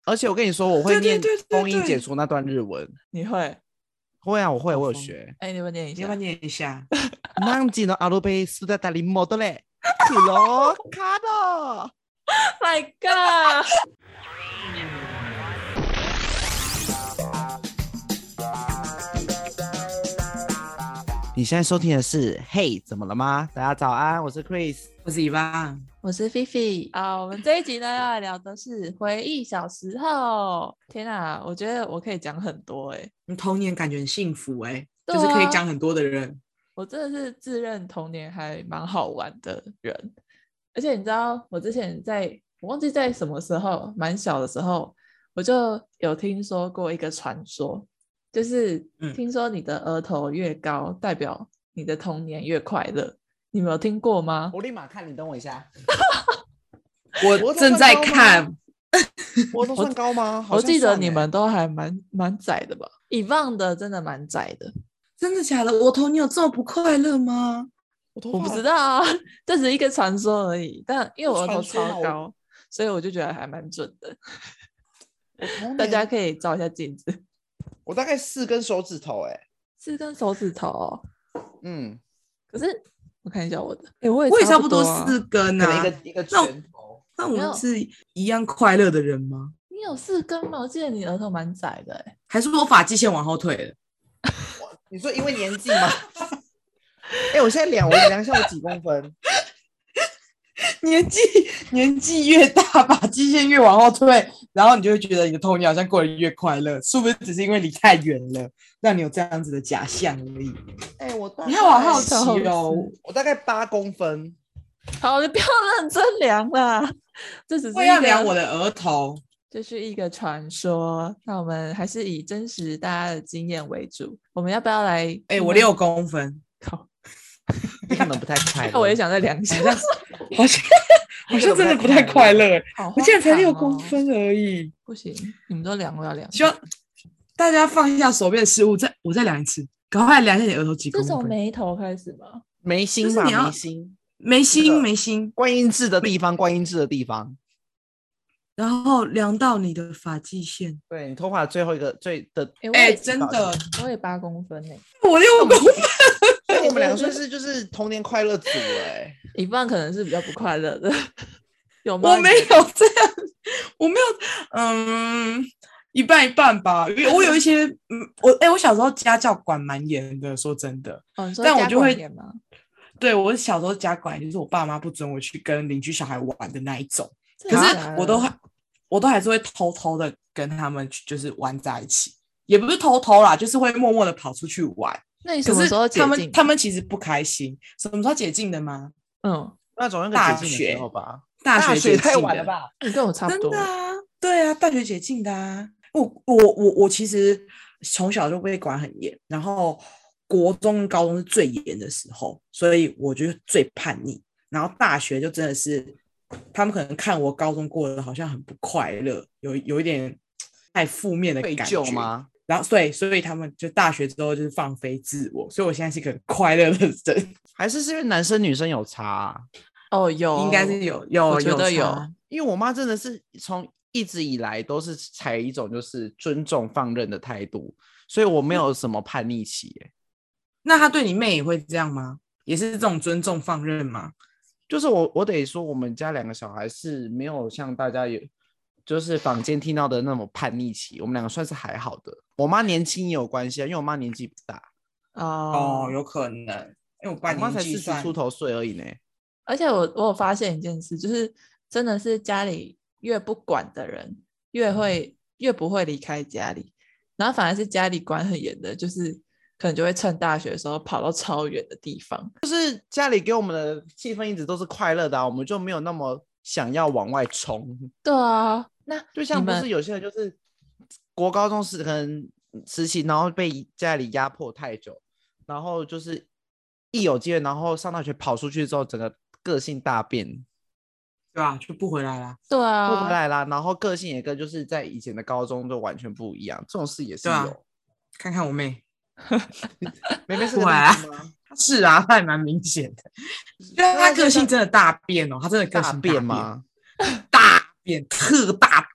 而且我跟你说，我会念对封音解除那段日文。 你会？ 会啊，我有学。 哎，你们念一下。 你要不要念一下？ 何時のアルベスだったり戻れ黒カード。 My God！ 你现在收听的是《嘿，怎么了吗？》大家早安，我是 Chris， 我是伊娃， 我是菲菲。好，我们这一集呢要来聊的是回忆小时候。天啊，我觉得我可以讲很多你童年感觉很幸福对啊， 就是可以讲很多的人。 我真的是自认童年还蛮好玩的人，而且你知道，我之前我忘记在什么时候，蛮小的时候，我就有听说过一个传说，就是听说你的额头越高，代表你的童年越快乐。你们有听过吗？ 我立马看，你等我一下。 我正在看。 我都算高吗？ 我记得你们都还蛮窄的吧？以望的真的蛮窄的。 真的假的？我童年有这么不快乐吗？ 我不知道啊，这只是一个传说而已。但因为我额头超高，所以我就觉得还蛮准的。大家可以照一下镜子。 我大概4根手指头 4根手指头哦。可是我看一下我的， 我也差不多4根啊， 一个拳头。 那我们是一样快乐的人吗？ 你有4根吗？我记得你额头蛮窄的还是我发际线往后退了？ 你说因为年纪吗？我现在量一下我几公分。 年纪越大，发际线越往后退，然后你就会觉得你的童年好像过得越快乐，是不是只是因为离太远了，让你有这样子的假象而已？你看我好奇哦， 我大概8公分。 好，你不要认真量啦，这只是我要量我的额头。 这是一个传说，那我们还是以真实大家的经验为主。我们要不要来？ 我6公分， 靠， 可能不太快乐。 那我也想再量一下， 好像真的不太快乐。我竟然才6公分而已， 不行，你们都量，我要量。 希望大家放下手边的事物，我再量一次，赶快量一下你额头几公分。 是从眉头开始吗？ 眉心吧， 眉心， 观音痣的地方。 然后量到你的发际线， 对，你头发最后一个真的， 我也8公分我6公分， 所以我们两个算是就是童年快乐组了一半可能是比较不快乐的，有吗？ 我没有这样，我没有，一半一半吧。我有一些，我小时候家教管蛮严的，说真的，但我就会，对，我小时候家管就是我爸妈不准我去跟邻居小孩玩的那一种。可是我都还是会偷偷的跟他们就是玩在一起，也不是偷偷啦，就是会默默的跑出去玩。 那你什么时候解禁？ 他们其实不开心。什么时候解禁的吗？ 那总有个解禁的时候吧。 大学太晚了吧？ 你跟我差不多。 真的啊，对啊，大学解禁的啊。我其实从小就被管很严，然后国中、高中是最严的时候，所以我就最叛逆。然后大学就真的是。他们可能看我高中过得好像很不快乐，有一点太负面的感觉吗？ 然后所以他们就大学之后就是放飞自我，所以我现在是一个很快乐的人。 还是因为男生女生有差有， 应该是有， 我觉得有， 因为我妈真的是从一直以来都是采一种就是尊重放任的态度，所以我没有什么叛逆期那他对你妹也会这样吗？也是这种尊重放任吗？ 就是我得说，我们家2个小孩是没有像大家有就是坊间听到的那么叛逆期，我们2个算是还好的。我妈年轻也有关系因为我妈年纪不大。 有可能，因为我妈才40出头岁而已呢。 而且我有发现一件事，就是真的是家里越不管的人，越不会离开家里，然后反而是家里管很严的，就是可能就会趁大学的时候跑到超远的地方。 就是家里给我们的气氛一直都是快乐的我们就没有那么想要往外冲。 对啊，那就像不是有些人就是国高中可能时期，然后被家里压迫太久，然后就是一有机会，然后上大学跑出去之后，整个个性大变。 对啊，就不回来啦。 对啊， 不回来啦，然后个性也跟就是在以前的高中就完全不一样，这种事也是有。 看看我妹。 妹妹是个例子吗？ 是啊，她也蛮明显的，她个性真的大变她真的个性大变吗？ 大变，特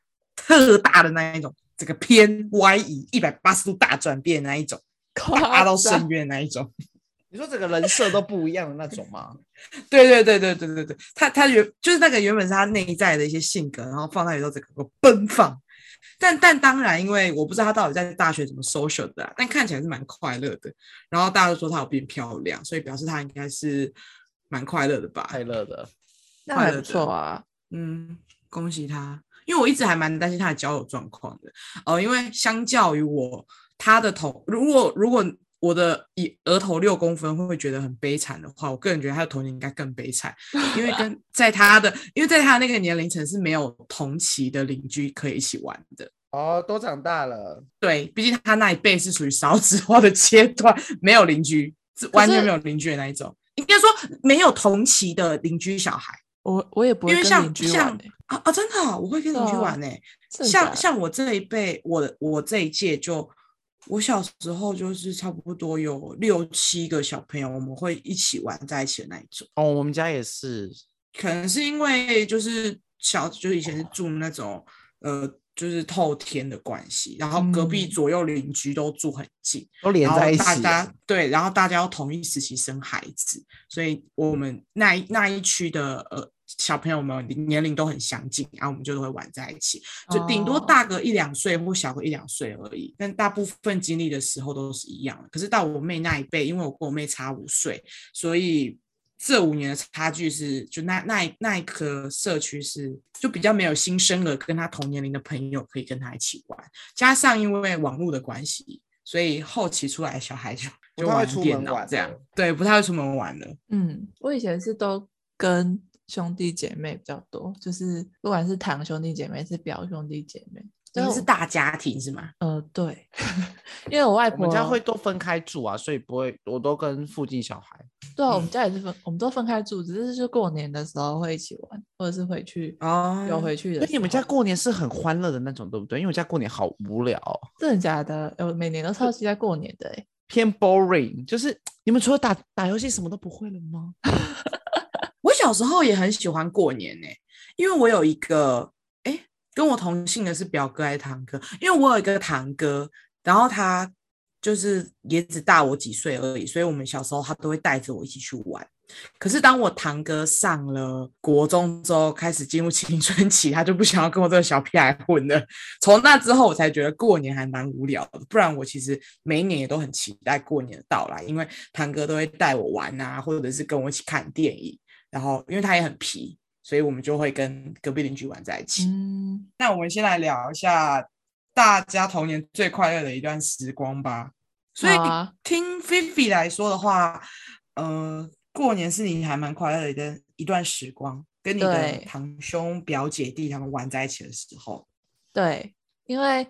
特大的那一种，这个偏歪移180度大转变的那一种，大到深渊的那一种。 你说整个人设都不一样的那种吗？ 对，他就是那个原本是他内在的一些性格，然后放在里头整个奔放。但当然，因为我不知道他到底在大学怎么 social 的但看起来是蛮快乐的。然后大家都说他有变漂亮，所以表示他应该是蛮快乐的吧？ 快乐的， 那还不错啊。 恭喜他。因为我一直还蛮担心他的交友状况的因为相较于他的头，如果我的额头6公分会觉得很悲惨的话，我个人觉得他的童年应该更悲惨，因为在他的那个年龄层是没有同期的邻居可以一起玩的。 都长大了。 对，毕竟他那一辈是属于少子化的阶段，没有邻居，是完全没有邻居的那一种。应该说没有同期的邻居小孩。 我也不会跟邻居玩真的我会跟邻居玩像我这一辈，我这一届就。我小时候就是差不多有6、7个小朋友，我们会一起玩在一起的那一种。 我们家也是， 可能是因为就是以前是住那种就是透天的关系，然后隔壁左右邻居都住很近， 都连在一起。 对，然后大家要同一时期生孩子，所以我们那一区的小朋友们年龄都很相近，然后我们就会玩在一起，就顶多大个1、2岁或小个1、2岁而已，但大部分经历的时候都是一样的。可是到我妹那一辈，因为我跟我妹差5岁，所以这5年的差距是，就那一个社区是就比较没有新生儿跟他同年龄的朋友可以跟他一起玩，加上因为网络的关系，所以后期出来的小孩就玩电脑这样，对，不太会出门玩了。 我以前是都跟兄弟姐妹比较多，就是不管是堂兄弟姐妹是表兄弟姐妹。 你们是大家庭是吗？ 对，因为我外婆我们家会都分开住啊，所以不会，我都跟附近小孩。 对啊，我们家也是我们都分开住，只是就过年的时候会一起玩，或者是回去有回去的。 所以你们家过年是很欢乐的那种，对不对？因为我家过年好无聊。 真的假的？每年都超期待过年的偏 boring， 就是你们除了打游戏什么都不会了吗？ 我小时候也很喜欢过年因为我有一个跟我同姓的是表哥还是堂哥？因为我有一个堂哥，然后他就是也只大我几岁而已，所以我们小时候他都会带着我一起去玩。可是当我堂哥上了国中之后，开始进入青春期，他就不想要跟我这个小屁孩混了。从那之后，我才觉得过年还蛮无聊的。不然我其实每一年也都很期待过年的到来，因为堂哥都会带我玩啊，或者是跟我一起看电影。然后因为他也很皮，所以我们就会跟隔壁邻居玩在一起。那我们先来聊一下大家童年最快乐的一段时光吧。所以听菲菲来说的话，过年是你还蛮快乐的一段时光，跟你的堂兄表姐弟他们玩在一起的时候。 对，因为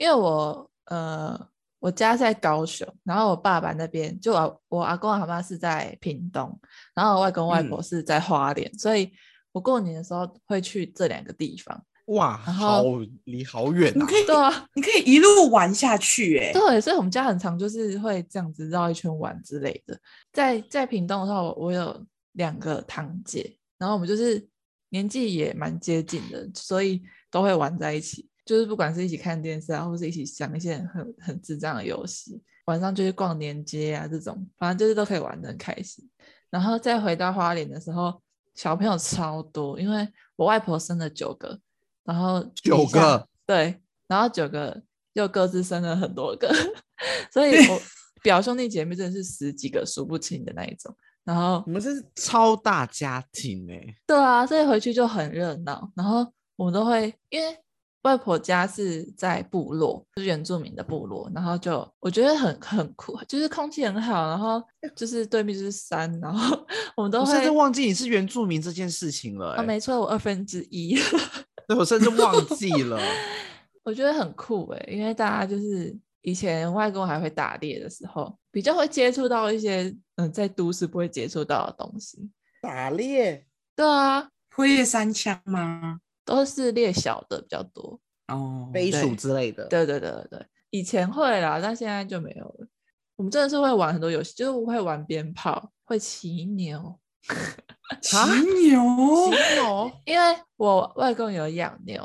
我家在高雄，然后我爸爸那边就我阿公阿妈是在屏东，然后我外公外婆是在花莲，所以我过年的时候会去这2个地方。 哇，离好远啊！ 对啊， 你可以一路玩下去对，所以我们家很常就是会这样子绕一圈玩之类的。在屏东的时候，我有2个堂姐，然后我们就是年纪也蛮接近的，所以都会玩在一起。就是不管是一起看电视啊，或是一起想一些很智障的游戏，晚上就去逛年街啊，这种反正就是都可以玩得很开心。然后再回到花莲的时候，小朋友超多，因为我外婆生了9个，然后 9个， 对，然后9个又各自生了很多个，所以我表兄弟姐妹真的是10几个数不清的那一种。然后你们是超大家庭对啊，所以回去就很热闹。然后我们都会因为外婆家是在部落，就是原住民的部落，然后就我觉得很酷，就是空气很好，然后就是对面就是山，然后我们都会。 我甚至忘记你是原住民这件事情了没错，我1/2。 对，我甚至忘记了。 我觉得很酷因为大家就是以前外公还会打猎的时候，比较会接触到一些在都市不会接触到的东西。 打猎？ 对啊， 会猎山枪吗？ 都是猎小的比较多飞鼠之类的。 对，以前会啦，但现在就没有了。我们真的是会玩很多游戏，就是会玩鞭炮，会骑牛。 骑牛？ 因为我外公有养牛，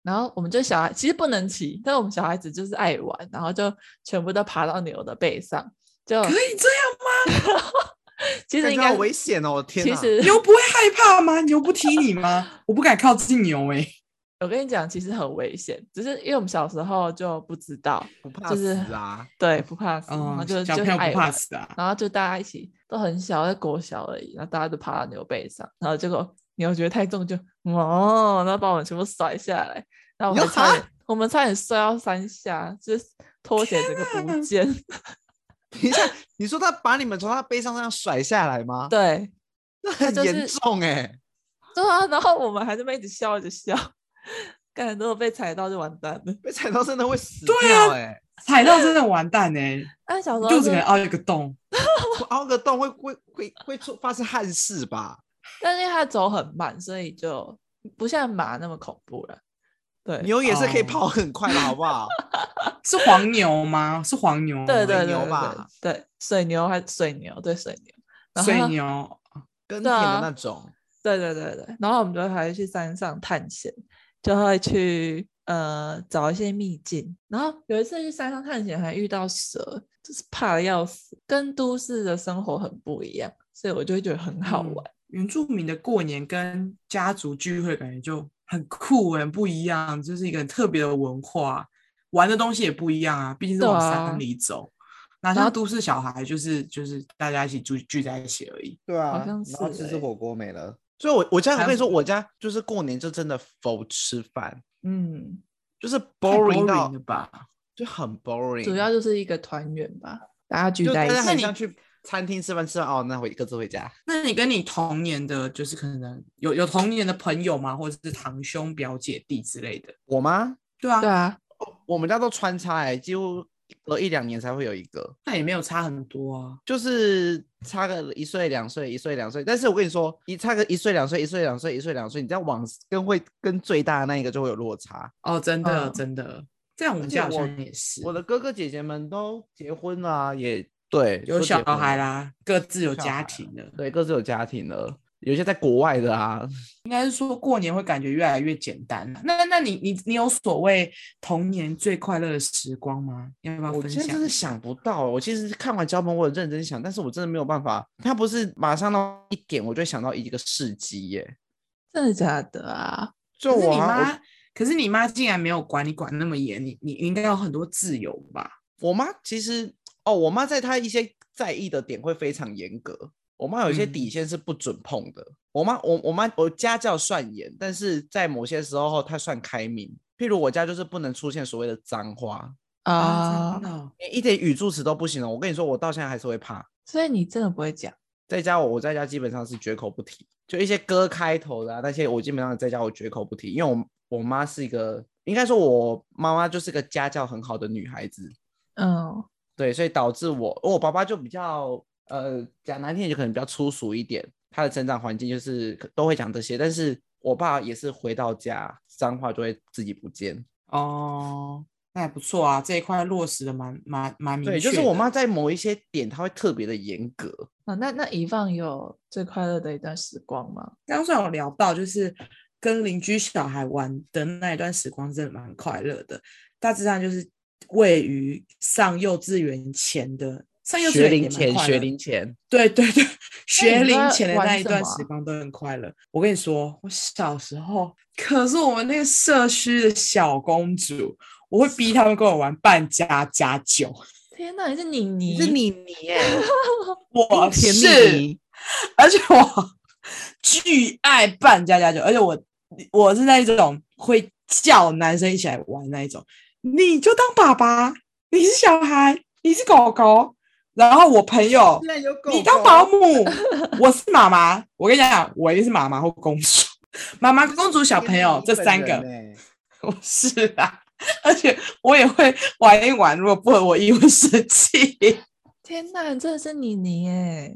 然后我们就小孩其实不能骑，但是我们小孩子就是爱玩，然后就全部都爬到牛的背上，就可以这样吗？ 其实应该好危险哦！天哪， 其实牛不会害怕吗？牛不踢你吗？我不敢靠近牛我跟你讲，其实很危险，只是因为我们小时候就不知道， 不怕就是死啊！ 对，不怕死，然后小朋友不怕死啊。 然后就大家一起都很小，在国小而已，然后大家都爬到牛背上，然后结果牛觉得太重就然后把我们全部甩下来，然后我们差点摔到山下，就是拖鞋整个不见。 等一下，你说他把你们从他背上那样甩下来吗？ 对， 那很严重哎。 对啊，然后我们还在那边一直笑，感觉如果被踩到就完蛋了。 被踩到真的会死掉哎， 踩到真的完蛋哎。 但小时候肚子可能凹一个洞， 凹个洞会发生憾事吧？ 但是因为它走很慢，所以就不像马那么恐怖了。对， 牛也是可以跑很快的，好不好？ 是黄牛吗？是黄牛， 对水牛吧？ 对，水牛还是水牛？对，水牛， 水牛耕田的那种。 对，然后我们就还会去山上探险，就会去找一些秘境。然后有一次去山上探险，还遇到蛇，就是怕的要死，跟都市的生活很不一样，所以我就会觉得很好玩。 原住民的过年跟家族聚会感觉就很酷很不一样，就是一个很特别的文化，玩的东西也不一样啊，毕竟是往山里走。那像都市小孩就是大家一起聚在一起而已。 对啊， 好像是然后吃火锅没了。所以我家我跟你说，我家就是过年就真的否吃饭，就是 boring 到了吧， 就很 boring。 主要就是一个团圆吧，大家聚在一起。 很像去餐厅吃饭哦，那各自回家。 那你跟你同年的，就是可能有同年的朋友吗？或者是堂兄表姐弟之类的？ 我吗？ 对啊， 我们家都穿插几乎隔1-2年才会有一个， 那也没有差很多啊， 就是差个1岁2岁1岁2岁。但是我跟你说，差个1岁2岁1岁2岁1岁2岁，你这样往跟最大的那一个就会有落差哦，真的真的，这样我们家好像也是。 我的哥哥姐姐们都结婚了，也对， 有小孩啦，各自有家庭了， 对，各自有家庭了。有些在国外的啊， 应该是说过年会感觉越来越简单。那你有所谓童年最快乐的时光吗？要不要分享？ 我现在真的想不到。我其实看完脚本，我有认真想，但是我真的没有办法。他不是马上到一点，我就会想到一个事迹耶。 真的假的啊？ 就我可是你妈竟然没有管你管那么严，你应该有很多自由吧？ 我妈其实我妈在她一些在意的点会非常严格。我妈有一些底线是不准碰的。我家教算严，但是在某些时候她算开明。譬如我家就是不能出现所谓的脏话啊，真的， 一点语助词都不行了。我跟你说，我到现在还是会怕。 所以你真的不会讲？ 在家我在家基本上是绝口不提，就一些歌开头的那些，我基本上在家我绝口不提，因为我妈是一个，应该说我妈妈就是个家教很好的女孩子。对，所以导致我爸爸就比较讲难听点就可能比较粗俗一点，他的成长环境就是都会讲这些，但是我爸也是回到家脏话就会自己不见。 那还不错啊，这一块落实的蛮明确的。 对，就是我妈在某一些点她会特别的严格。 那以放有最快乐的一段时光吗？ 刚刚有聊到就是跟邻居小孩玩的那一段时光真的蛮快乐的，大致上就是位于上幼稚园前的学龄前对学龄前的那一段时光都很快乐。我跟你说，我小时候可是我们那个社区的小公主，我会逼他们跟我玩扮家家酒。 天哪，你是妮妮？ 你是妮妮耶！ 我是，而且我巨爱扮家家酒，而且我是那一种会叫男生一起来玩那一种。你就当爸爸，你是小孩，你是狗狗，然后我朋友你当保姆，我是妈妈。我跟你讲，我一定是妈妈或公主，妈妈、公主、小朋友这三个，我是啊。而且我也会玩一玩，如果不合我意会生气。 天哪，你真的是妮妮耶！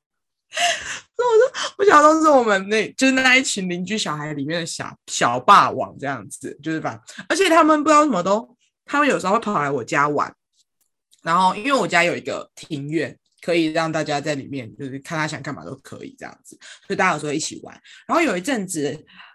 我想都是我们就是那一群邻居小孩里面的小霸王这样子，就是而且他们不知道什么他们有时候会跑来我家玩，然后因为我家有一个庭院，可以让大家在里面就是看他想干嘛都可以这样子，所以大家有时候一起玩。然后有一阵子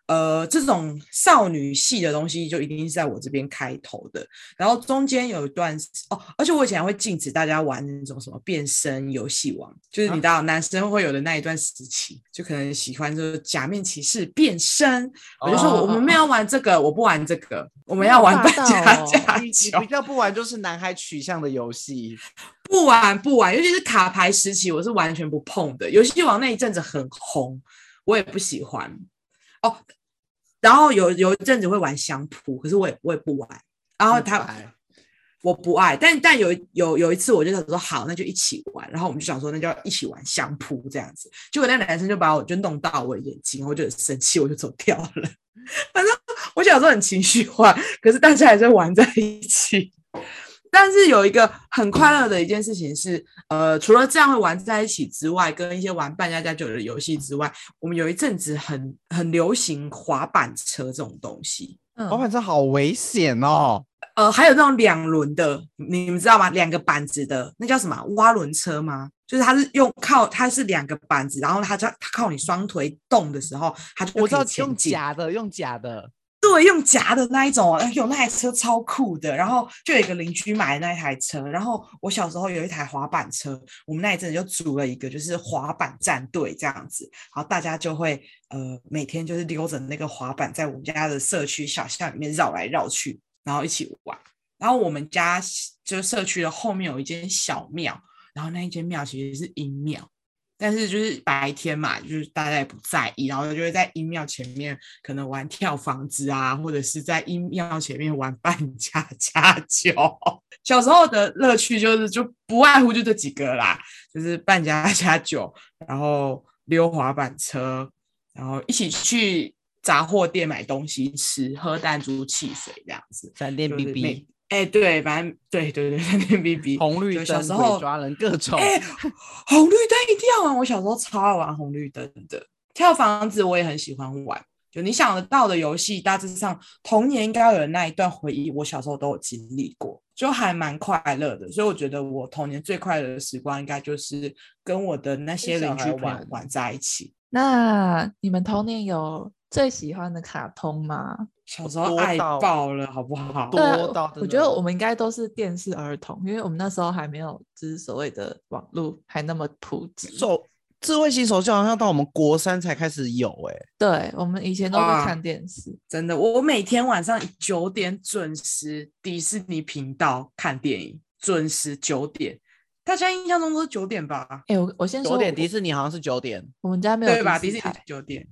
这种少女系的东西就一定是在我这边开头的，然后中间有一段而且我以前还会禁止大家玩那种什么变身游戏王，就是你知道男生会有的那一段时期，就可能喜欢就是假面骑士变身，我就说我们没有玩这个，我不玩这个，我们要玩扮家家你酒。 比较不玩就是男孩取向的游戏， 不玩，尤其是卡牌时期，我是完全不碰的。游戏王那一阵子很红，我也不喜欢哦。然后有一阵子会玩相扑，可是我也不玩。然后我不爱，但有一次我就想说好，那就一起玩。然后我们就想说那就要一起玩相扑这样子。结果那男生就把我就弄到我的眼睛，我就很生气，我就走掉了。反正我小时候很情绪化，可是大家还是玩在一起。但是有一个很快乐的一件事情是，除了这样会玩在一起之外，跟一些玩扮家家酒的游戏之外，我们有一阵子很流行滑板车这种东西。 滑板车好危险哦。 还有那种2轮的，你们知道吗？2个板子的，那叫什么？蛙轮车吗？就是它是它是2个板子，然后它靠你双腿动的时候，它就可以我知道前进。 用假的。 对，用夹的那一种，有那台车超酷的。然后就有一个邻居买那一台车，然后我小时候有一台滑板车，我们那一阵就组了一个就是滑板战队这样子，然后大家就会每天就是溜着那个滑板在我们家的社区小巷里面绕来绕去，然后一起玩。然后我们家就社区的后面有一间小庙，然后那一间庙其实是阴庙。但是就是白天嘛，就是大家也不在意，然后就会在阴庙前面可能玩跳房子啊，或者是在阴庙前面玩扮家家酒。小时候的乐趣就不外乎就这几个啦，就是扮家家酒，然后溜滑板车，然后一起去杂货店买东西吃，喝弹珠汽水这样子。 闪电 BB。 对，反正对，闪电 BB， 红绿灯， 小时候鬼抓人各种。 红绿灯一定要玩，我小时候超爱玩红绿灯的。跳房子我也很喜欢玩，就你想得到的游戏，大致上童年应该有那一段回忆，我小时候都有经历过，就还蛮快乐的。所以我觉得我童年最快乐的时光，应该就是跟我的那些邻居朋友玩在一起。 那你们童年有最喜欢的卡通吗？ 小时候爱爆了，好不好？ 对啊，我觉得我们应该都是电视儿童，因为我们那时候还没有就是所谓的网络还那么普及。 智慧型手机好像到我们国3才开始有对，我们以前都是看电视。 真的，我每天晚上9点准时迪士尼频道看电影，准时9点。大家印象中都是9点吧？ 我先说 9点，迪士尼好像是9点， 我们家没有对吧？迪士尼9点。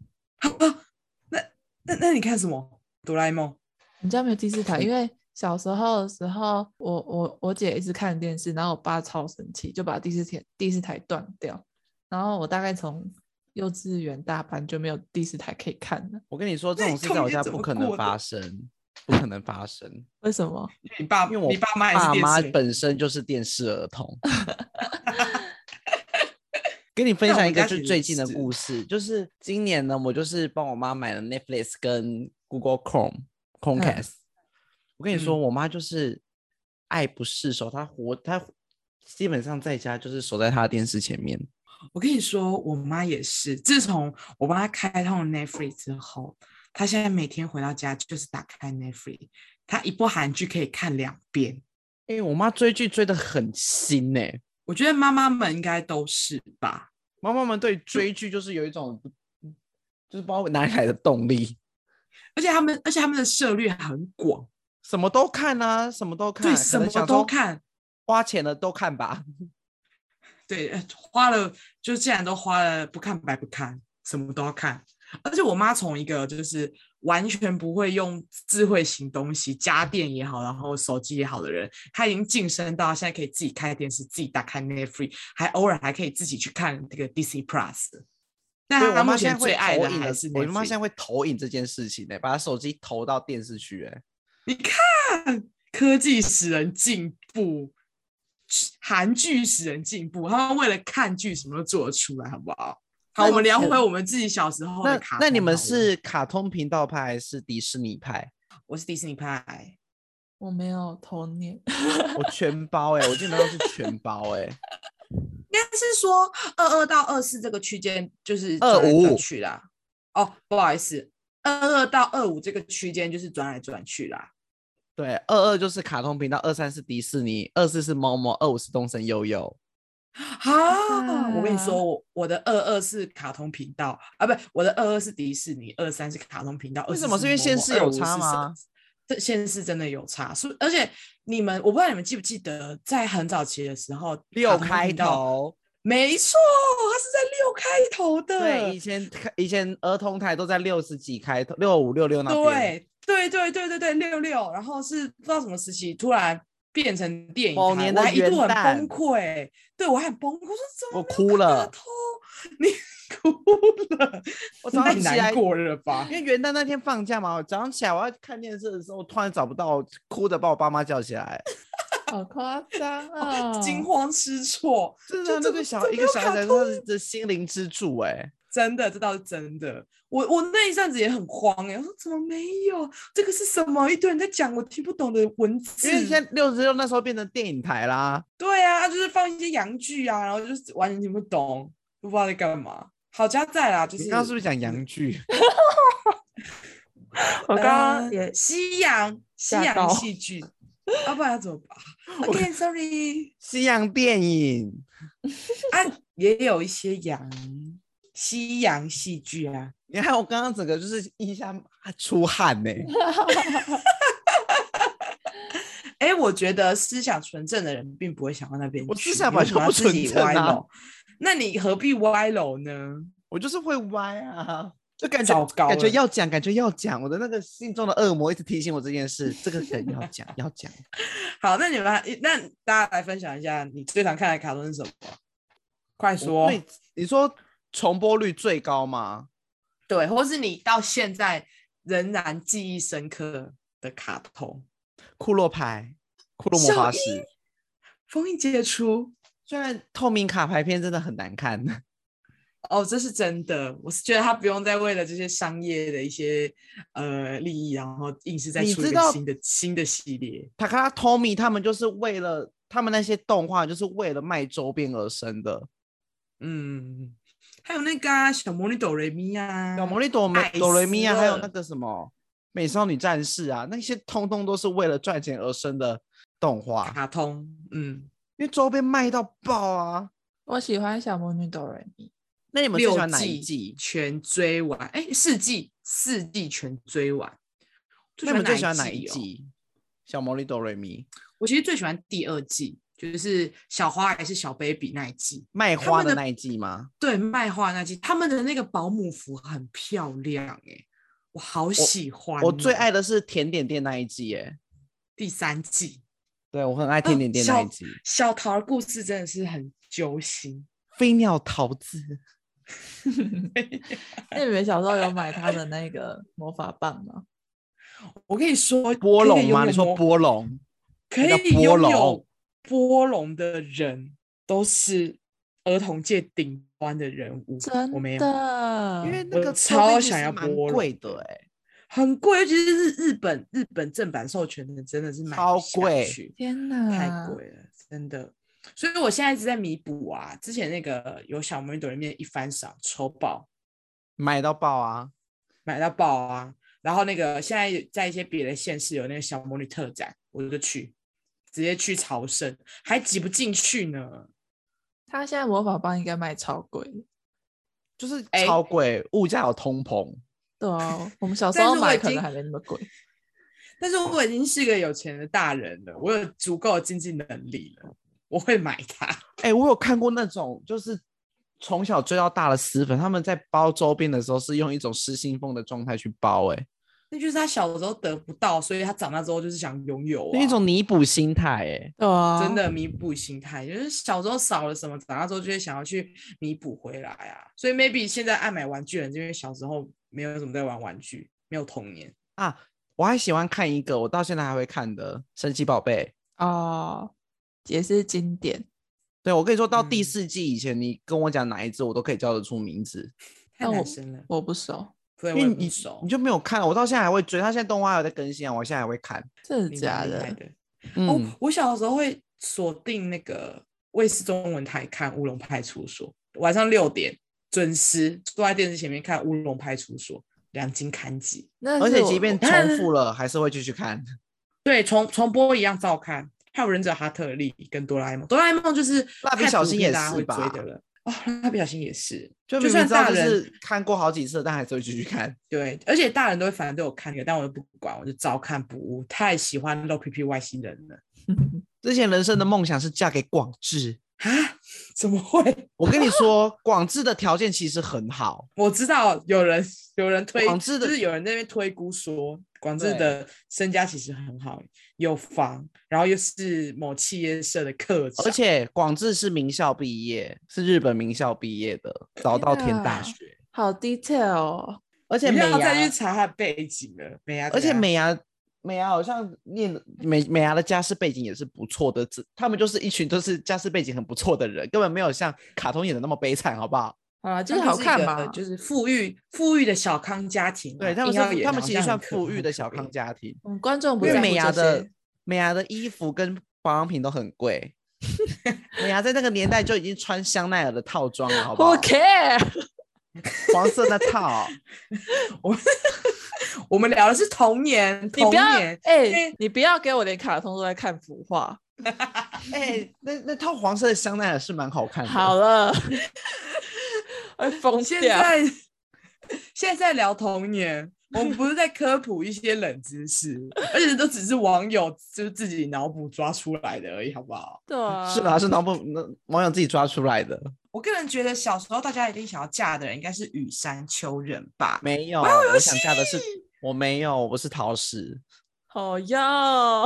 那你看什么？哆啦 A 梦？ 我们家没有第4台，因为小时候的时候，我姐一直看电视，然后我爸超生气，就把第4台断掉。然后我大概从幼稚园大班就没有第4台可以看了。 我跟你说，这种事在我家不可能发生，不可能发生。 为什么？ 因为我爸妈本身就是电视儿童。跟你分享一个就是最近的故事，就是今年呢，我就是帮我妈买了 Netflix 跟 Google Chromecast。我跟你说，我妈就是爱不释手，她基本上在家就是守在她的电视前面。 我跟你说，我妈也是，自从我帮她开通了 Netflix 之后，她现在每天回到家就是打开 Netflix， 她一部韩剧可以看2遍。 我妈追剧追得很新我觉得妈妈们应该都是吧。 妈妈们对追剧就是有一种就是不知道哪里来的动力， 而且他们的涉猎很广， 什么都看啊，什么都看， 对，什么都看， 花钱了都看吧。 对，花了就既然都花了，不看白不看，什么都要看。而且我妈从一个就是完全不会用智慧型东西，家电也好，然后手机也好的人，她已经晋升到现在可以自己开电视，自己打开 Netflix， 还偶尔还可以自己去看这个 Disney Plus。但她目前最爱的还是 Netflix。 我妈现在会投影这件事情把她手机投到电视去你看，科技使人进步，韩剧使人进步，他们为了看剧什么都做得出来，好不好？好，我们聊回我们自己小时候的卡通。 那你们是卡通频道派还是迪士尼派？ 我是迪士尼派。 我没有童年。 我全包我基本上是全包应该是说22到24这个区间就是 25 去啦。哦，不好意思 22到25这个区间就是转来转去啦。 对，22就是卡通频道，23是迪士尼，24是猫猫，25是东森悠悠。 我跟你说，我的22是卡通频道啊，不，我的22是迪士尼，23是卡通频道。 为什么？是因为县市有差吗？ 这县市真的有差，而且我不知道你们记不记得，在很早期的时候 ，6开头， 没错，它是在6开头的。 对，以前儿童台都在60几开头，65、66那边。 对，66，然后是不知道什么时期突然变成电影台， 某年的元旦， 我还一度很崩溃，对我还很崩溃，我说怎么我哭了， 你哭了， 我早上起来难过了吧？ 因为元旦那天放假嘛，我早上起来我要看电视的时候，突然找不到，哭的把我爸妈叫起来， 好夸张啊， 惊慌失措， 真的，那个一个小孩子他的心灵支柱真的，这倒是真的。我那一阵子也很慌我说怎么没有？这个是什么？一堆人在讲我听不懂的文字。 因为现在66那时候变成电影台啦。 对啊，就是放一些洋剧啊，然后就是完全听不懂，不知道在干嘛。好家在啦，就是你刚刚是不是讲洋剧？ 我刚刚也西洋戏剧，要不然要怎么办？OK，sorry， 西洋电影也有一些西洋戏剧啊。 你看我刚刚整个就是一下出汗我觉得思想纯正的人并不会想到那边去。 我思想本来就不纯正啊， 那你何必歪楼呢？ 我就是会歪啊，就感觉要讲，我的那个心中的恶魔一直提醒我这件事，这个梗要讲。 好，那大家来分享一下你最常看的卡通是什么？快说。 你说重播率最高吗？ 对，或是你到现在仍然记忆深刻的卡通。 库洛牌、库洛魔法使、 封印解除。 虽然透明卡牌片真的很难看这是真的。我是觉得他不用再为了这些商业的一些利益，然后硬是再出一个新的系列。 塔卡拉、托米他们就是为了他们那些动画，就是为了卖周边而生的。 还有那个小魔女哆瑞咪啊， 小魔女哆瑞咪啊，还有那个什么美少女战士啊，那些通通都是为了赚钱而生的动画卡通。 因为周边卖到爆啊。 我喜欢小魔女哆瑞咪。 那你们最喜欢哪一季？ 全追完，4季全追完。 那你们最喜欢哪一季？小魔女哆瑞咪。 我其实最喜欢第2季，就是小花还是小 baby 那一季， 卖花的那一季吗？ 对，卖花那一季，他们的那个保姆服很漂亮我好喜欢。 我最爱的是甜点店那一季第3季。 对，我很爱甜点店那一季。 小桃的故事真的是很揪心。 飞鸟桃子。 那你们小时候有买他的那个魔法棒吗？ 我跟你说， 波龙吗？你说波龙？ 可以拥有波龙的人都是儿童界顶端的人物。我没有， 因为那个超想要波龙， 贵的很贵，尤其是日本正版授权的真的是买不下去， 天哪， 太贵了，真的。所以我现在一直在弥补啊，之前那个有小魔女哆瑞咪一番赏抽爆， 买到爆啊。 然后那个现在在一些别的县市有那个小魔女特展，我就直接去朝圣，还挤不进去呢。 他现在魔法棒应该卖超贵， 就是超贵，物价有通膨。 对啊，我们小时候买可能还没那么贵。 但是我已经是个有钱的大人了，我有足够的经济能力了，我会买它。 我有看过那种就是从小追到大的死粉，他们在包周边的时候是用一种失心疯的状态去包那就是他小时候得不到，所以他长大之后就是想拥有那一种弥补心态对啊， 真的弥补心态，就是小时候少了什么，长大之后就会想要去弥补回来啊。所以 maybe 现在爱买玩具的人，因为小时候没有什么在玩玩具，没有童年啊。我还喜欢看一个我到现在还会看的神奇宝贝也是经典。 对，我跟你说到第4季以前，你跟我讲哪一只我都可以叫得出名字。 太难生了， 我不熟， 因为你就没有看，我到现在还会追，他现在动画有在更新啊，我现在还会看。 真的假的？ 我小时候会锁定那个卫视中文台看《乌龙派出所》，晚上6点准时坐在电视前面看《乌龙派出所》， 两金刊集， 而且即便重复了还是会继续看。 对，重播一样照看。还有忍者哈特利跟哆啦 A 梦，哆啦 A 梦就是蜡笔小新也是吧，追的了哦，蜡笔小新也是， 就明明知道就是看过好几次，但还是会继续看。 对，而且大人都会反对我看那个，但我又不管，我就照看不误。太喜欢露屁屁外星人了。 之前人生的梦想是嫁给广志啊？怎么会？ 我跟你说，广志的条件其实很好。 我知道有人推广志的， 就是有人在那边推估说广志的身家其实很好，有房，然后又是某企业社的课长， 而且广志是名校毕业，是日本名校毕业的早稻田大学， 好 detail 哦。 而且美牙再去查他的背景了， 而且美牙好像念美牙的家世背景也是不错的，他们就是一群都是家世背景很不错的人，根本没有像卡通演的那么悲惨，好不好？ 啊，就是好看嘛， 就是富裕的小康家庭， 对，他们其实算富裕的小康家庭。 观众不在乎这些。 美牙的衣服跟保养品都很贵，美牙在那个年代就已经穿香奈儿的套装了，好不好？ 我 care， 黄色那套。 我们聊的是童年， 你不要给我连卡通都在看腐化。 那套黄色的香奈儿是蛮好看的。 好了，会疯掉。 现在在聊童年，我们不是在科普一些冷知识，而且都只是网友就是自己脑补抓出来的而已，好不好？ 对啊， 是吧？是网友自己抓出来的。 我个人觉得小时候大家一定想要嫁的人应该是羽山丘人吧？ 没有，我想嫁的是我没有，我是桃矢。 好呀，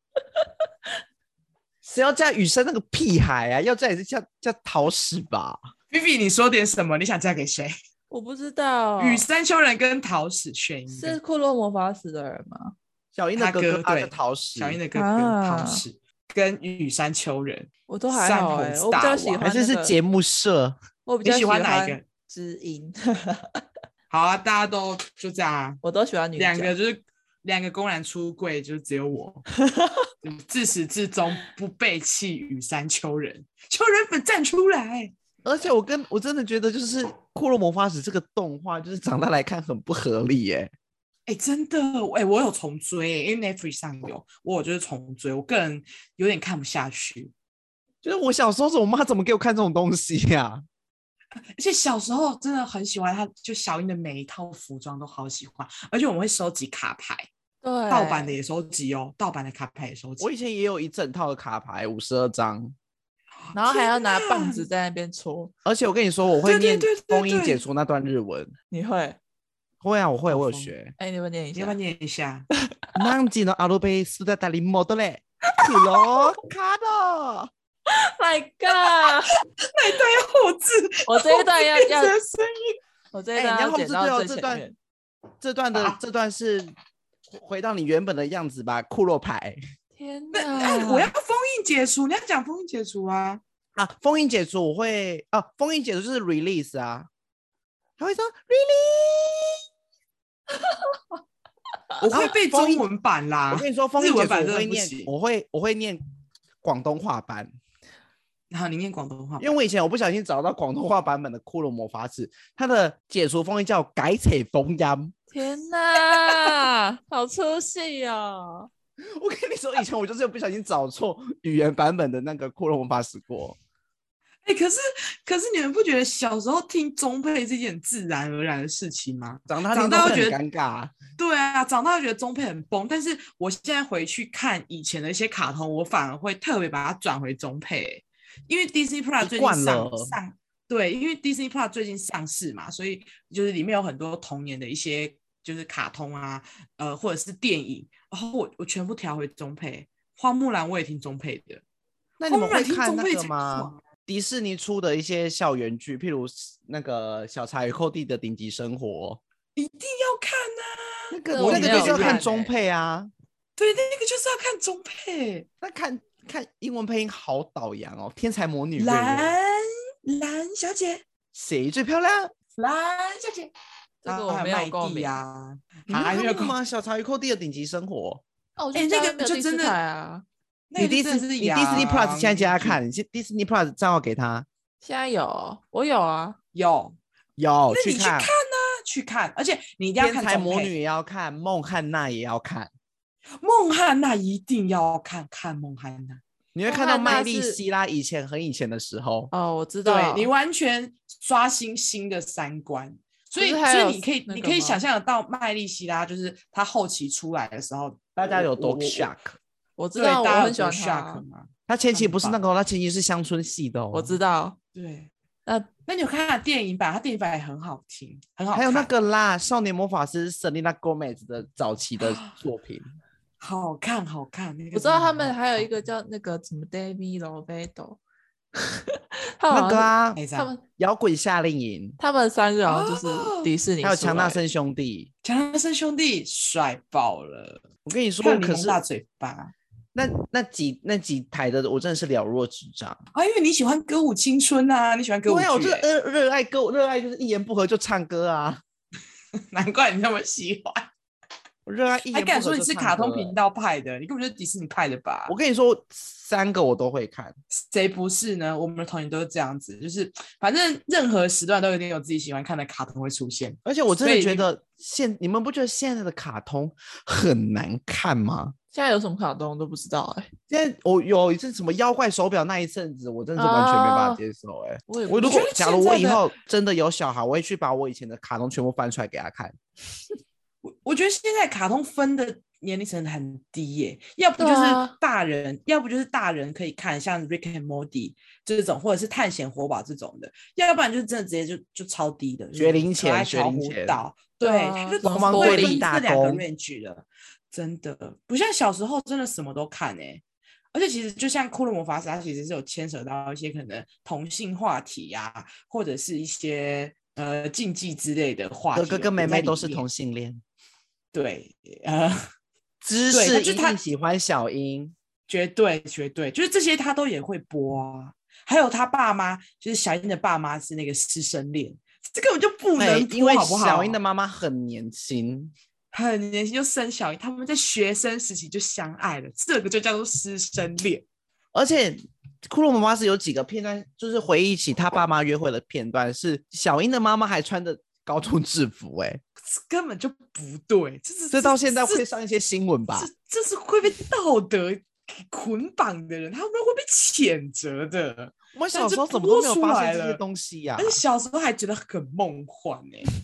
谁要嫁羽山那个屁孩啊？要嫁也是嫁桃矢吧。 Vivi， 你说点什么？你想嫁给谁？ 我不知道。 羽山丘人跟桃矢选一个。 是库洛魔法使的人吗？ 小樱的哥哥对桃矢， 小樱的哥哥桃矢跟羽山丘人， 我都还好我比较喜欢还是节目社。 我比较喜欢哪一个？ 知音。 好啊，大家都就这样啊。 我都喜欢女角。 两个公然出柜，就只有我自始至终不背弃羽山丘人，丘人粉站出来。 而且我真的觉得就是《库洛魔法使》这个动画，就是长大来看很不合理耶。 真的我有重追，因为 Netflix 上有，我就是重追，我个人有点看不下去。 就是我小时候我妈怎么给我看这种东西呀？ 而且小时候真的很喜欢她，就小樱的每一套服装都好喜欢，而且我们会收集卡牌。 对， 盗版的也收集哦，盗版的卡牌也收集。 我以前也有一整套的卡牌，52张， 然后还要拿棒子在那边戳。 而且我跟你说，我会念封印解除那段日文。 你会？ 会啊，我有学。 你会念一下？ 你要不要念一下？ 何時のアルベスだったり戻れ、黒カード。 My God！ 那一段要后置， 我这一段要声音， 我这一段要剪到最前面。 这段是回到你原本的样子吧，库洛牌。 天哪！ 我要封印解除，你要讲封印解除啊！ 封印解除我会封印解除就是 release 啊，他会说 release。 我会背中文版啦。 我跟你说，封印解除我会念广东话版。 然后你念广东话， 因为我以前我不小心找到广东话版本的《骷髅魔法使》，它的解除封印叫改扯封音。 天哪，好出戏哦！ 我跟你说，以前我就是有不小心找错语言版本的那个《骷髅魔法使》过。 可是你们不觉得小时候听中配是一件自然而然的事情吗？ 长大会觉得很尴尬。 对啊，长大会觉得中配很崩，但是我现在回去看以前的一些卡通，我反而会特别把它转回中配。因为 Disney Plus 最近对，因为 Disney Plus 最近上市嘛，所以就是里面有很多童年的一些就是卡通啊，或者是电影，然后我全部调回中配。花木兰我也听中配的。 那你们会看那个吗？迪士尼出的一些校园剧，譬如那个小茶与寇弟的顶级生活， 一定要看啊！ 那个就是要看中配啊。 对，那个就是要看中配。 那看英文配音好倒洋哦，天才魔女蓝小姐， 谁最漂亮？ 蓝小姐， 这个我没有共鸣啊。 你没有看过吗？小茶与寇弟的顶级生活。 那个就真的啊。 你 Disney Plus 现在叫他看，你 Disney Plus 账号给他。 现在有，我有啊， 有去看。 去看，而且你一定要看天才中配。 魔女也要看，孟汉娜也要看。 孟汉娜一定要看孟汉娜， 你会看到麦莉希拉以前很以前的时候。 哦，我知道。 对，你完全刷新新的三观。所以你可以想象得到麦莉希拉就是她后期出来的时候， 大家有多 shock。 我知道，我很喜欢她。 她前期不是那个，她前期是乡村系的哦。 我知道。 对，那你有看她的电影版？她电影版也很好听，很好看。 还有那个啦，少年魔法师 Selena Gomez 的早期的作品， 好看。那个我知道他们还有一个叫那个什么 Demi Lovato。 那个啊， 他们摇滚夏令营， 他们3个好像就是迪士尼， 还有强纳森兄弟， 帅爆了！ 我跟你说， 可是大嘴巴， 那几台的我真的是了若指掌啊，因为你喜欢歌舞青春啊，你喜欢歌舞剧， 我就是热爱就是一言不合就唱歌啊， 难怪你那么喜欢。 我热爱一言不合就唱歌，还敢说你是卡通频道派的，你根本就是迪士尼派的吧？ 我跟你说，3个我都会看， 谁不是呢？我们的童年都是这样子，就是反正任何时段都一定有自己喜欢看的卡通会出现。 而且我真的觉得你们不觉得现在的卡通很难看吗？ 现在有什么卡通都不知道现在我有一次什么妖怪手表那一阵子，我真的是完全没办法接受我如果假如我以后真的有小孩，我会去把我以前的卡通全部翻出来给他看。 我觉得现在卡通分的年龄层很低耶，要不就是大人，要不就是大人可以看像 Rick and Morty 这种，或者是探险活宝这种的，要不然就是真的直接就超低的， 学龄前， 对，就汪汪队立大这2个 range 了，真的不像小时候真的什么都看而且其实就像《库洛魔法使》，它其实是有牵扯到一些可能同性话题啊，或者是一些禁忌之类的话题， 哥哥跟妹妹都是同性恋。 对， 知识一定喜欢小樱， 绝对，就是这些他都也会播啊。还有他爸妈，就是小樱的爸妈是那个师生恋，这根本就不能播，好不好？ 因为小樱的妈妈很年轻就生小樱，他们在学生时期就相爱了，这个就叫做师生恋。 而且库洛魔法使有几个片段，就是回忆起他爸妈约会的片段，是小樱的妈妈还穿着高中制服根本就不对， 这到现在会上一些新闻吧？ 这是会被道德捆绑的人，他们会被谴责的。 我小时候怎么都没有发现这些东西呀？ 而且小时候还觉得很梦幻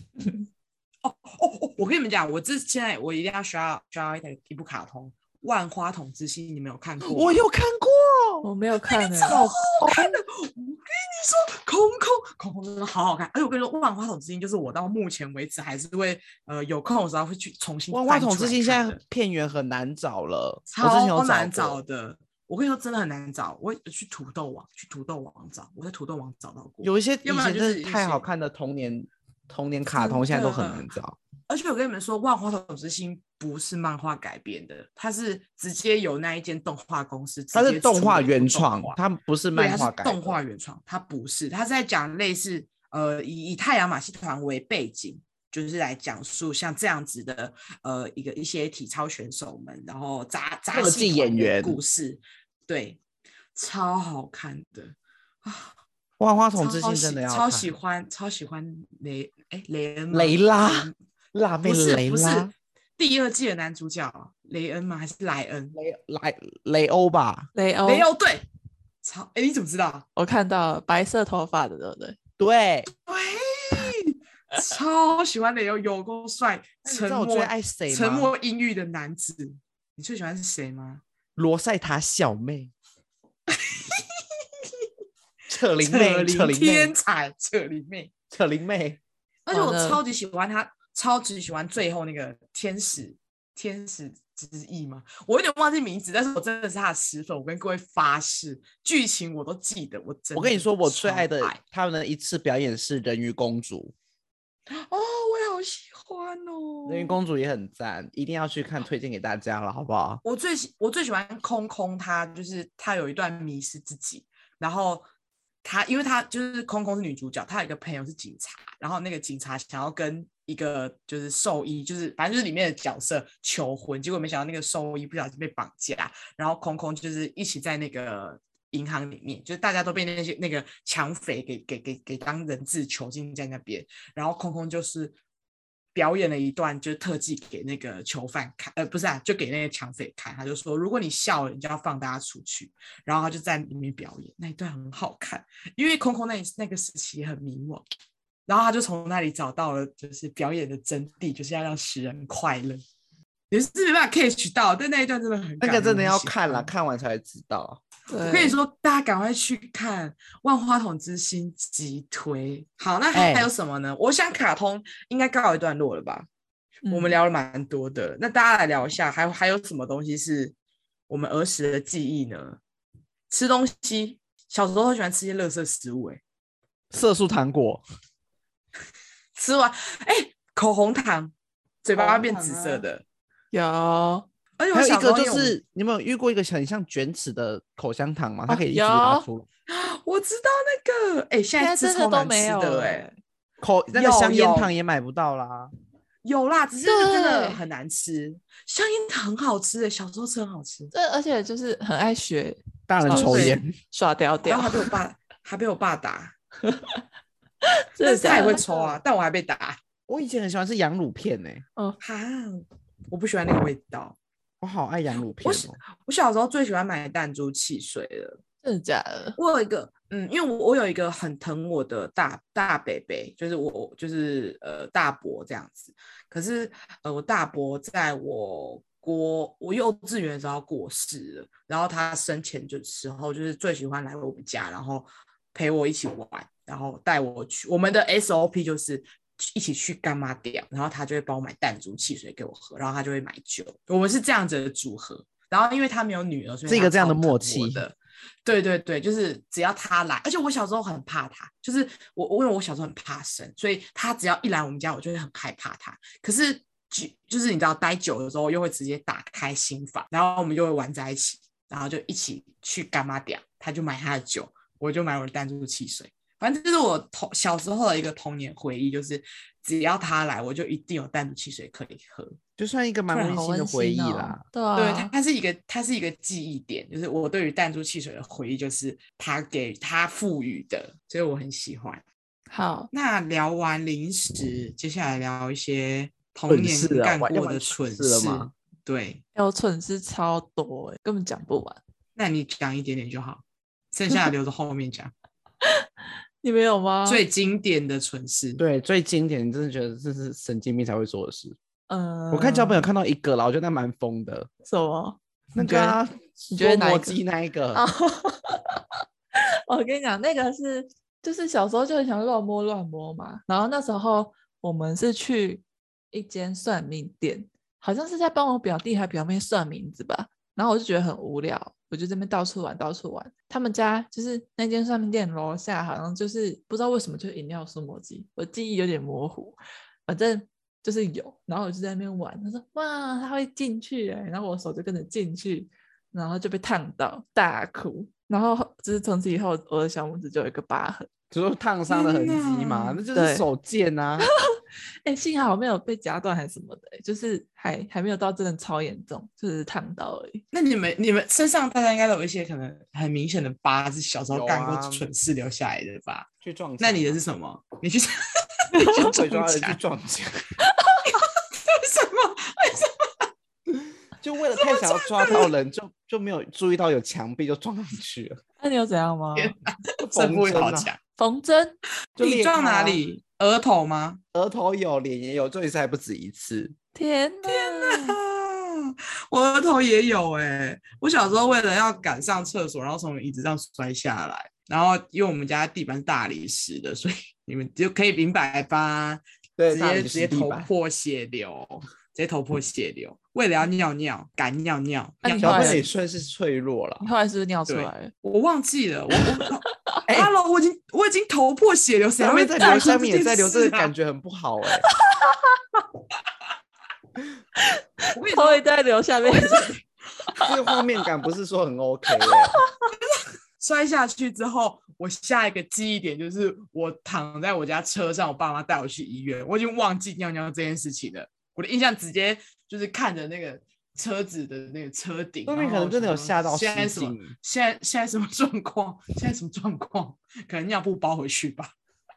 我跟你们讲，现在我一定要需要一部卡通《万花筒之星》，你们有看过吗？ 我有看过， 我没有看超好看的。我跟你说，空空真的好好看。而且我跟你说，《万花筒之星》就是我到目前为止还是会有空的时候会去重新翻出来看的。 万花筒之星现在片源很难找了， 超难找的。我跟你说，真的很难找。我去土豆网找，我在土豆网找到过。 有一些以前真的太好看的童年卡通，现在都很难找。 而且我跟你们说，《万花筒之星》不是漫画改编的，它是直接由那一间动画公司， 它是动画原创，它不是漫画改编。 动画原创，它不是，它是在讲类似以太阳马戏团为背景，就是来讲述像这样子的一些体操选手们，然后杂戏演员故事，对，超好看的啊！ 万花筒之星真的要看， 超喜欢雷拉辣妹雷拉， 不是第2季的男主角雷恩吗？还是莱恩？ 雷欧吧？ 雷欧对，你怎么知道？ 我看到白色头发的，对不对？ 对， 超喜欢雷欧，有够帅，沉默阴郁的男子。你最喜欢是谁吗？ 罗塞塔小妹。扯铃妹， 天才，扯铃妹。而且我超级喜欢他，超级喜欢最后那个天使之翼吗？我有点忘记名字，但是我真的是他的10粉，我跟各位发誓，剧情我都记得。我跟你说，我最爱的他们的一次表演是人鱼公主。 我也好喜欢哦， 人鱼公主也很赞，一定要去看，推荐给大家了，好不好？ 我最喜欢空空，他就是他有一段迷失自己，然后因为他就是空空是女主角，她有一个朋友是警察，然后那个警察想要跟一个就是兽医，就是反正就是里面的角色求婚，结果没想到那个兽医不小心被绑架，然后空空就是一起在那个银行里面，就是大家都被那个抢匪给当人质囚禁在那边，然后空空就是表演了一段就是特技给那个囚犯看，不是啊，就给那个抢匪看。他就说，如果你笑了，你就要放大家出去。然后他就在里面表演，那一段很好看，因为空空那个时期也很迷惘，然后他就从那里找到了就是表演的真谛，就是要让使人快乐。也是没办法 catch 到，但那一段真的很感人， 那个真的要看啦，看完才会知道。 我跟你说，大家赶快去看《万花筒之星》急推。好，那还有什么呢？我想卡通应该告一段落了吧？我们聊了蛮多的，那大家来聊一下，还有什么东西是我们儿时的记忆呢？吃东西，小时候都喜欢吃一些垃圾食物， 色素糖果， 吃完口红糖，嘴巴会变紫色的。 有， 而且还有一个就是你有没有遇过一个很像卷尺的口香糖吗？它可以一直拉出来。 我知道那个，现在吃超难吃的那个香烟糖也买不到啦。 有啦，只是真的很难吃。香烟糖很好吃小时候吃很好吃。 而且就是很爱学大人抽烟， 耍屌屌， 然后还被我爸打。但是他也会抽啊，但我还被打。 我以前很喜欢吃羊乳片我不喜欢那个味道。 我好爱羊乳片我小时候最喜欢买弹珠汽水了。 真的假的？ 我有一个，因为我有一个很疼我的大伯伯，就是我就是大伯这样子。可是我大伯在我幼稚园的时候过世了，然后他生前的时候就是最喜欢来我们家，然后陪我一起玩，然后带我去。我们的 SOP 就是一起去干妈店，然后他就会帮我买弹珠汽水给我喝，然后他就会买酒。我们是这样子的组合。然后因为他没有女儿，所以是一个这样的默契的。对对对，就是只要他来，而且我小时候很怕他，就是因为我小时候很怕生，所以他只要一来我们家，我就会很害怕他。可是就是你知道，待久的时候又会直接打开心房，然后我们就会玩在一起，然后就一起去干妈店，他就买他的酒，我就买我的弹珠汽水。反正这是我小时候的一个童年回忆，就是只要他来，我就一定有弹珠汽水可以喝， 就算一个蛮温馨的回忆啦。 对啊， 对，它是一个记忆点，就是我对于弹珠汽水的回忆，就是他赋予的，所以我很喜欢。 好， 那聊完零食，接下来聊一些童年干过的蠢事了吗？对， 有蠢事超多根本讲不完。 那你讲一点点就好，剩下的留着后面讲。 你没有吗？ 最经典的蠢事， 对，最经典，你真的觉得这是神经病才会做的事。我看交朋友看到一个了，我觉得那蛮疯的。 什么？ 那个你觉得磨机那一个？ 我跟你讲，那个是就是小时候就很想乱摸嘛。然后那时候我们是去一间算命店，好像是在帮我表弟还表妹算名字吧。然后我就觉得很无聊，我就这边到处玩。他们家就是那间算命店楼下，好像就是不知道为什么就饮料苏摩机，我记忆有点模糊，反正就是有。然后我就在那边玩，他说哇，他会进去然后我手就跟着进去，然后就被烫到大哭。然后就是从此以后，我的小拇指就有一个疤痕， 就是烫伤的痕迹嘛，那就是手贱啊。 幸好没有被夹断还是什么的，就是还没有到真的超严重，就是烫到而已。 那你们身上大家应该都有一些可能很明显的疤，是小时候干过蠢事留下来的吧？ 去撞墙。 那你的是什么？你去撞墙？去撞墙？ 为什么？ 就为了太想要抓到人，就没有注意到有墙壁就撞上去了。 那你有怎样吗？ 胜负好强。 缝针？ 你撞哪里？额头吗？ 额头有，脸也有，这一次还不止一次。 天哪！ 我额头也有我小时候为了要赶上厕所，然后从椅子上摔下来，然后因为我们家地板是大理石的，所以你们就可以明白吧？ 对， 直接头破血流。为了要尿，赶尿。 小贝也算是脆弱了。 你后来是不是尿出来了？ 我忘记了。Hello， 我已经头破血流，谁会在流？下面也在流，这个感觉很不好头也在流，下面这个画面感不是说很 OK 摔下去之后，我下一个记忆点就是我躺在我家车上，我爸妈带我去医院，我已经忘记尿这件事情了。我的印象直接就是看着那个车子的那个车顶， 后面可能真的有吓到。 现在什么状况？可能尿布包回去吧。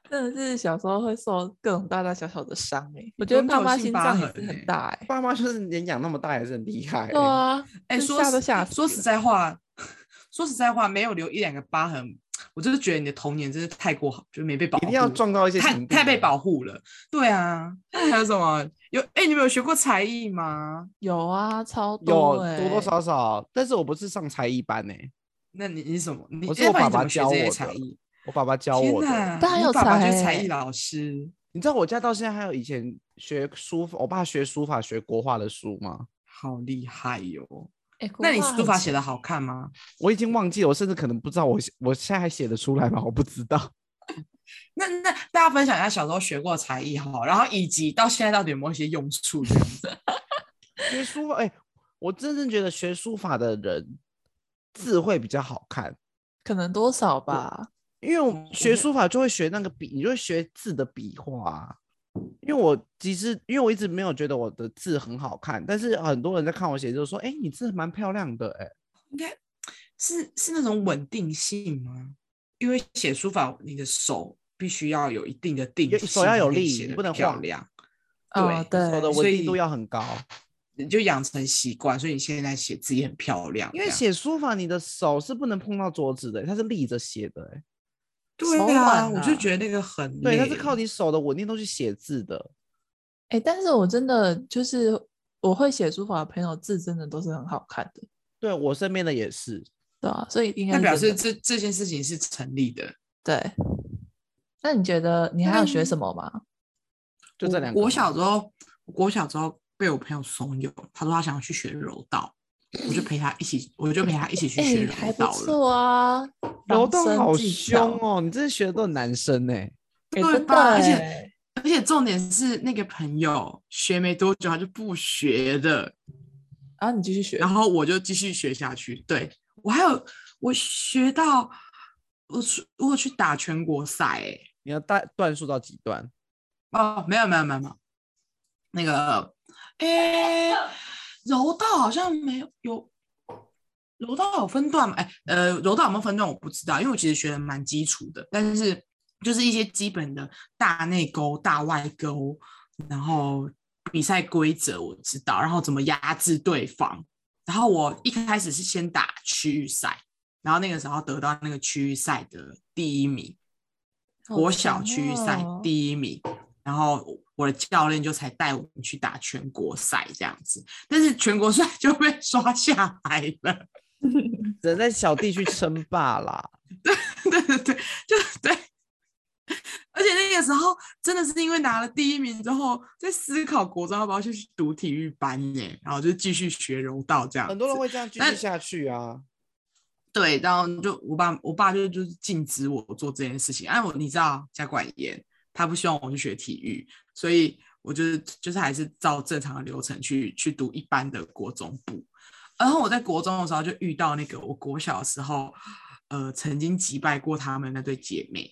真的是小时候会受各种大大小小的伤我觉得爸妈心脏也是很大爸妈就是连养那么大也是很厉害对啊， 说实在话，没有留1-2个疤痕，我就是觉得你的童年真是太过好，就是没被保护， 一定要撞到一些太被保护了。对啊，还有什么？你们有学过才艺吗？ 有啊，超多有多多少少，但是我不是上才艺班那你什么？ 我是我爸爸教我的才艺。 我爸爸教我的。 但你爸爸就是才艺老师。 你知道我家到现在还有以前学书法，我爸学书法学国画的书吗？ 好厉害哟！那你书法写的好看吗？ 我已经忘记了，我甚至可能不知道我现在还写得出来吗？我不知道。 那大家分享一下小时候学过的才艺好，然后以及到现在到底有没有一些用处这样子？ 学书法，我真正觉得学书法的人字会比较好看， 可能多少吧。 因为我学书法就会学那个笔，你就会学字的笔画。因为我一直没有觉得我的字很好看，但是很多人在看我写字说：“你字蛮漂亮的。” 应该是那种稳定性吗？因为写书法，你的手必须要有一定的定性， 手要有力，你不能漂亮。 对， 手的稳定度要很高， 你就养成习惯，所以你现在写字也很漂亮。 因为写书法，你的手是不能碰到桌子的，它是立着写的。 对啊，我就觉得那个很累。 对，它是靠你手的稳定度去写字的。 但是我真的就是我会写书法的朋友字真的都是很好看的。 对，我身边的也是。 对啊，所以应该代表示这件事情是成立的。 对。那你觉得你还有学什么吗？ 就这两个。 我小时候被我朋友怂恿，他说他想要去学柔道，我就陪他一起去学柔道了。 还不错啊， 柔道好凶哦！你这学的都是男生对吧？而且重点是那个朋友学没多久他就不学了， 然后你继续学， 然后我就继续学下去。对，我学到我有去打全国赛你要段数到几段？ 哦，没有，那个柔道好像没有柔道有分段吗？柔道有没有分段我不知道，因为我其实学的蛮基础的，但是就是一些基本的大内勾、大外勾，然后比赛规则我知道，然后怎么压制对方。然后我一开始是先打区域赛，然后那个时候得到那个区域赛的第1名，国小区域赛第1名。然后我的教练就才带我们去打全国赛这样子，但是全国赛就被刷下来了， 只能在小地区称霸啦。 对，就对。而且那个时候真的是因为拿了第1名之后，在思考国中要不要去读体育班然后就继续学柔道这样子。 很多人会这样继续下去啊。 对，然后就我爸就是禁止我做这件事情。你知道家管严，他不希望我去学体育，所以我就是还是照正常的流程去读一般的国中部。然后我在国中的时候就遇到那个我国小的时候曾经击败过他们那对姐妹。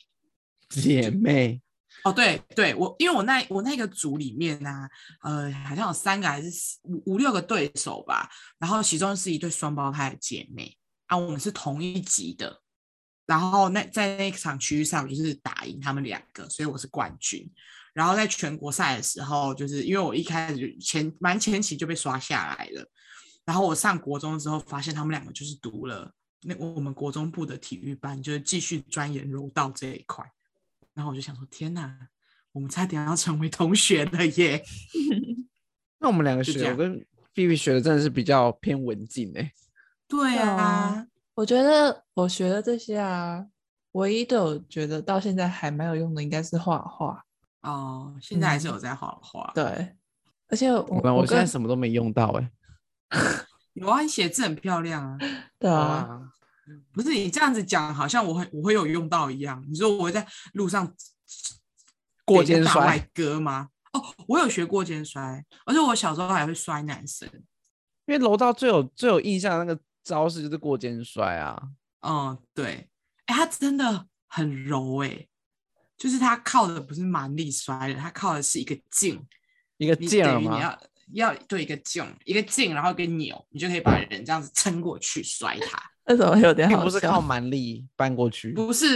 哦，对，因为我那个组里面呢好像有3个还是5、6个对手吧，然后其中是一对双胞胎的姐妹我们是同一级的。然后在那场区域赛我就是打赢他们2个，所以我是冠军。然后在全国赛的时候，就是因为我一开始蛮前期就被刷下来了，然后我上国中之后发现他们2个就是读了我们国中部的体育班，就是继续钻研柔道这一块。然后我就想说，天哪，我们差点要成为同学了耶！ 那我们2个学，我跟 Vivi 学的真的是比较偏文静对啊， 我觉得我学的这些唯一对我觉得到现在还蛮有用的，应该是画画。 现在还是有在画画。 对，而且我现在什么都没用到有啊，你写字很漂亮啊。 对啊。 不是你这样子讲，好像我会有用到一样。你说我会在路上过肩摔外歌吗？我有学过肩摔，而且我小时候还会摔男生。 因为柔道最有印象的那个招式就是过肩摔对，他真的很柔就是他靠的不是蛮力摔的，他靠的是一个劲吗？要对一个劲，然后一个扭，你就可以把人这样子撑过去摔他。 为什么有点好笑？ 并不是靠蛮力搬过去， 不是，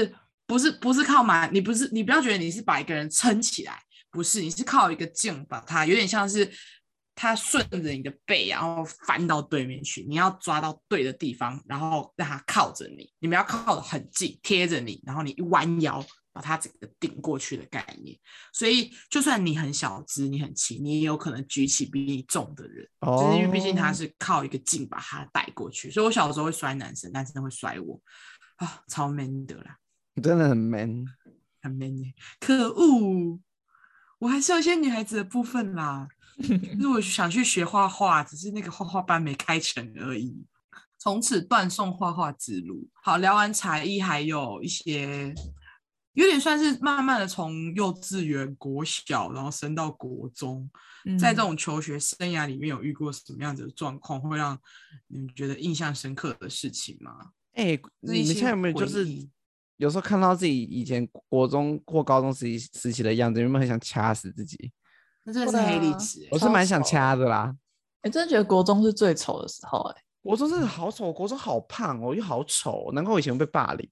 不是靠蛮，你不要觉得你是把一个人撑起来，不是，你是靠一个劲把它，有点像是它顺着你的背，然后翻到对面去，你要抓到对的地方，然后让它靠着你，你们要靠得很近，贴着你，然后你一弯腰把它整个顶过去的概念。所以就算你很小只，你很轻，你也有可能举起比你重的人，就是因为毕竟他是靠一个劲把它带过去。所以我小时候会摔男生，男生会摔我啊，超 man 的啦， 真的很 man， 很 man 耶，可恶，我还是有一些女孩子的部分啦。就是我想去学画画，只是那个画画班没开成而已。从此断送画画之路。好，聊完才艺，还有一些有点算是慢慢的从幼稚园、国小，然后升到国中，在这种求学生涯里面有遇过什么样子的状况，会让你们觉得印象深刻的事情吗？ 你们现在有没有就是有时候看到自己以前国中或高中时期的样子，有没有很想掐死自己？ 那真的是黑历史我是蛮想掐的啦。 真的觉得国中是最丑的时候国中真的好丑，国中好胖又好丑，难怪我以前会被霸凌。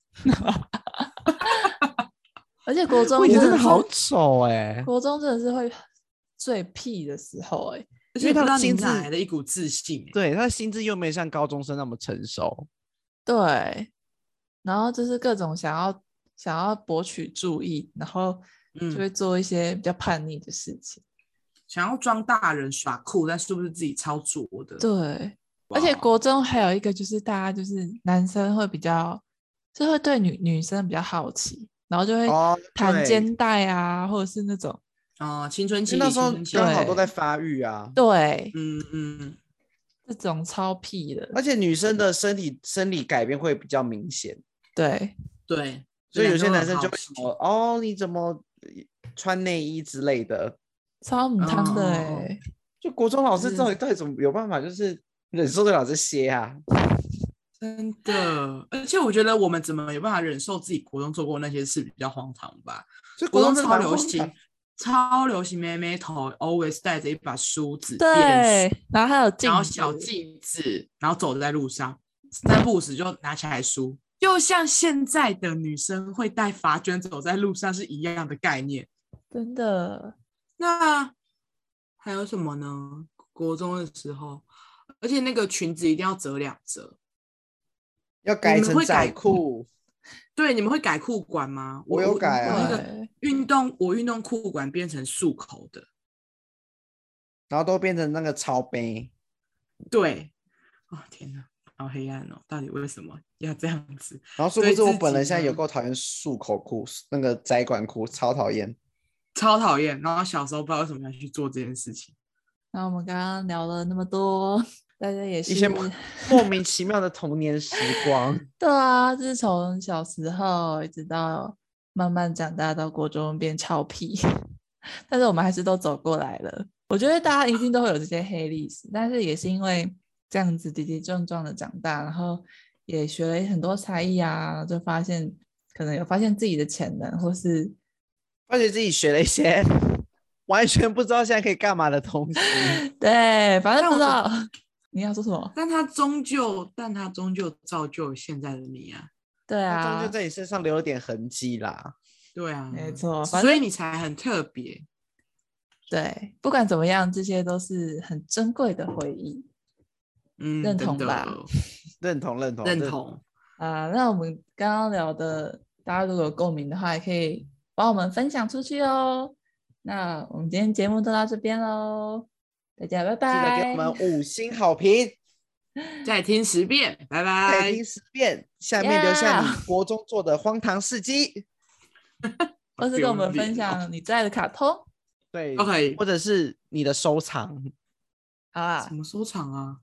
而且国中我以前真的好丑国中真的是会最屁的时候而且他的心智来的一股自信对，他的心智又没像高中生那么成熟。 对，然后就是各种想要博取注意，然后就会做一些比较叛逆的事情。 想要装大人耍酷，但是不是自己超作的？ 对，而且国中还有一个就是大家就是男生会比较，就会对女生比较好奇，然后就会弹肩带啊，或者是那种青春期， 那时候刚好都在发育啊。 对，这种超屁的， 而且女生的生理改变会比较明显。 对， 所以有些男生就会说你怎么穿内衣之类的。 超母汤的就国中老师到底怎么有办法就是忍受得了这些啊？ 真的，而且我觉得我们怎么有办法忍受自己国中做过那些事比较荒唐吧？ 所以国中超流行妹妹头 always 带着一把梳子， 对，然后还有镜子， 然后小镜子，然后走在路上，三不五时就拿起来梳，就像现在的女生会带发卷走在路上是一样的概念。 真的。 那还有什么呢？国中的时候，而且那个裙子一定要折2折， 要改成窄裤。 对，你们会改裤管吗？ 我有改啊。 那个运动裤管变成束口的， 然后都变成那个超杯。 对，天哪，好黑暗哦！到底为什么要这样子？ 然后殊不知我本人现在有够讨厌束口裤，那个窄管裤，超讨厌。 然后小时候不知道为什么要去做这件事情。 那我们刚刚聊了那么多，大家也是一些莫名其妙的童年时光。 对啊，就是从小时候一直到慢慢长大到国中变俏皮，但是我们还是都走过来了。我觉得大家一定都会有这些黑历史，但是也是因为这样子跌跌撞撞的长大，然后也学了很多才艺啊，就发现可能有发现自己的潜能，或是而且自己学了一些完全不知道现在可以干嘛的东西。 对，反正不知道你要说什么， 但他终究造就现在的你啊。 对啊， 他终究在你身上留了点痕迹啦。 对啊， 没错， 所以你才很特别。 对，不管怎么样，这些都是很珍贵的回忆。认同吧？ 认同啊！那我们刚刚聊的，大家如果有共鸣的话，也可以帮我们分享出去哦。那我们今天节目就到这边喽，大家拜拜！ 记得给我们5星好评， 再听10遍，拜拜！ 再听10遍，下面留下你国中做的荒唐事迹， 或是跟我们分享你最爱的卡通， 对 ，OK， 或者是你的收藏。 好啊， 什么收藏啊？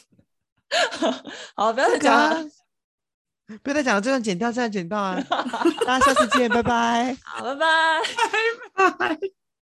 好，不要再讲了， 不要再讲了，这段剪掉啊！大家下次见，拜拜。 好，拜拜， 拜拜。